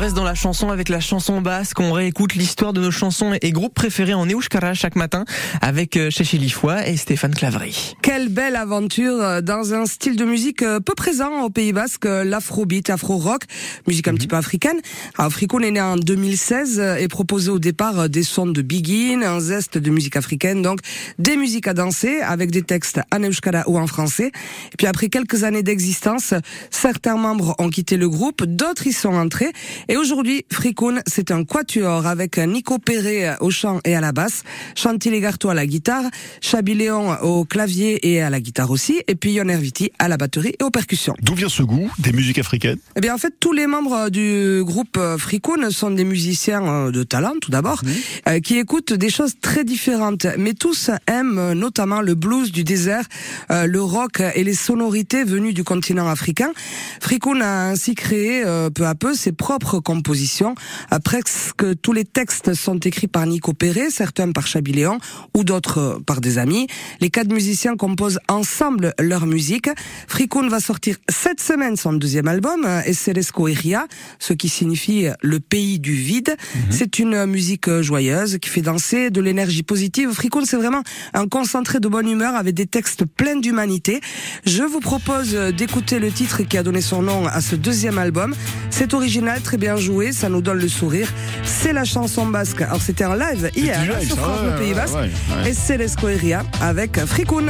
reste dans la chanson avec la chanson basque. On réécoute l'histoire de nos chansons et groupes préférés en euskara chaque matin avec Chechi Lifoua et Stéphane Clavry. Quelle belle aventure dans un style de musique peu présent au Pays Basque, l'afrobeat, afro-rock, musique un petit peu africaine. Alors, Frikoun est né en 2016 et proposait au départ des sons de Begin, un zeste de musique africaine, donc des musiques à danser avec des textes en euskara ou en français. Et puis après quelques années d'existence, certains membres ont quitté le groupe, d'autres y sont entrés. Et aujourd'hui, Frikoun, c'est un quatuor avec Nico Perret au chant et à la basse, Chantilly Garto à la guitare, Chabi Léon au clavier et à la guitare aussi, et puis Yon Herviti à la batterie et aux percussions. D'où vient ce goût des musiques africaines ? Eh bien, en fait, tous les membres du groupe Frikoun sont des musiciens de talent, tout d'abord, qui écoutent des choses très différentes, mais tous aiment notamment le blues du désert, le rock et les sonorités venues du continent africain. Frikoun a ainsi créé peu à peu ses propres compositions. Presque tous les textes sont écrits par Nico Perret, certains par Chabi Léon ou d'autres par des amis. Les 4 musiciens composent ensemble leur musique. Frikoun va sortir cette semaine son 2e album, Eseresko Eria, ce qui signifie le pays du vide. C'est une musique joyeuse qui fait danser, de l'énergie positive. Frikoun, c'est vraiment un concentré de bonne humeur avec des textes pleins d'humanité. Je vous propose d'écouter le titre qui a donné son nom à ce 2e album. C'est original, très bien joué, ça nous donne le sourire. C'est la chanson basque. Alors c'était en live hier sur France le Pays Basque. Et c'est Eseresko Eria avec Frikoun.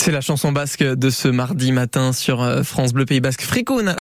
C'est la chanson basque de ce mardi matin sur France Bleu Pays Basque. Frikoun